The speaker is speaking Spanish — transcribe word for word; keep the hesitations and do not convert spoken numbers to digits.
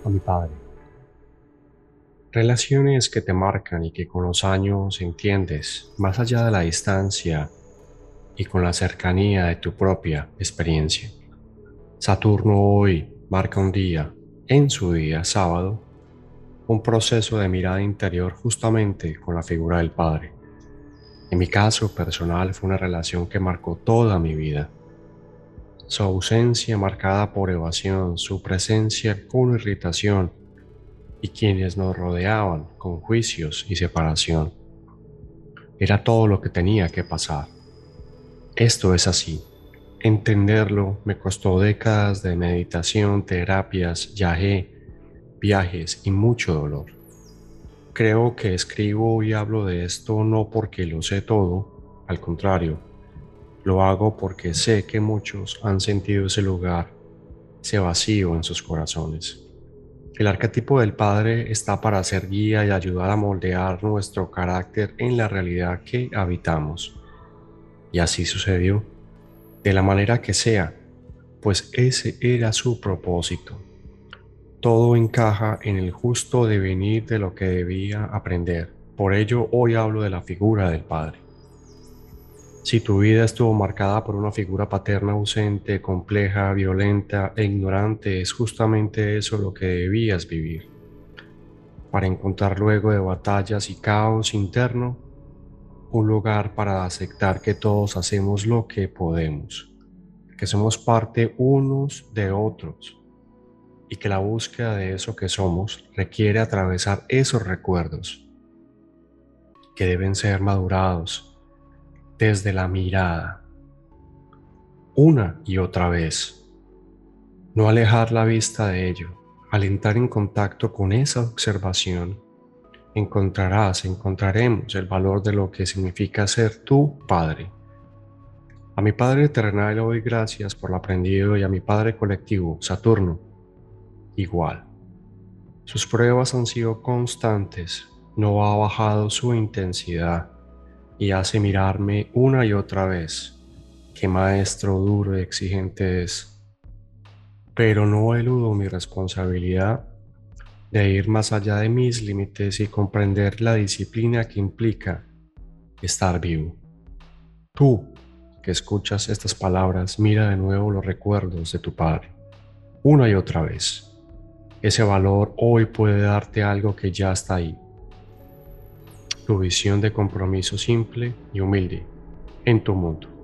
a mi padre. Relaciones que te marcan y que con los años entiendes más allá de la distancia y con la cercanía de tu propia experiencia. Saturno hoy marca un día, en su día sábado, un proceso de mirada interior justamente con la figura del padre. En mi caso personal fue una relación que marcó toda mi vida. Su ausencia marcada por evasión, su presencia con irritación y quienes nos rodeaban con juicios y separación. Era todo lo que tenía que pasar. Esto es así. Entenderlo me costó décadas de meditación, terapias, yagé, viajes y mucho dolor. Creo que escribo y hablo de esto no porque lo sé todo, al contrario, lo hago porque sé que muchos han sentido ese lugar, ese vacío en sus corazones. El arquetipo del Padre está para ser guía y ayudar a moldear nuestro carácter en la realidad que habitamos. Y así sucedió, de la manera que sea, pues ese era su propósito. Todo encaja en el justo devenir de lo que debía aprender. Por ello hoy hablo de la figura del Padre. Si tu vida estuvo marcada por una figura paterna ausente, compleja, violenta e ignorante, es justamente eso lo que debías vivir, para encontrar luego de batallas y caos interno un lugar para aceptar que todos hacemos lo que podemos, que somos parte unos de otros y que la búsqueda de eso que somos requiere atravesar esos recuerdos que deben ser madurados desde la mirada, una y otra vez. No alejar la vista de ello, al entrar en contacto con esa observación, encontrarás, encontraremos el valor de lo que significa ser tu Padre. A mi Padre terrenal le doy gracias por lo aprendido y a mi Padre colectivo, Saturno, igual. Sus pruebas han sido constantes, no ha bajado su intensidad y hace mirarme una y otra vez qué maestro duro y exigente es. Pero no eludo mi responsabilidad de ir más allá de mis límites y comprender la disciplina que implica estar vivo. Tú, que escuchas estas palabras, mira de nuevo los recuerdos de tu padre, una y otra vez. Ese valor hoy puede darte algo que ya está ahí, tu visión de compromiso simple y humilde en tu mundo.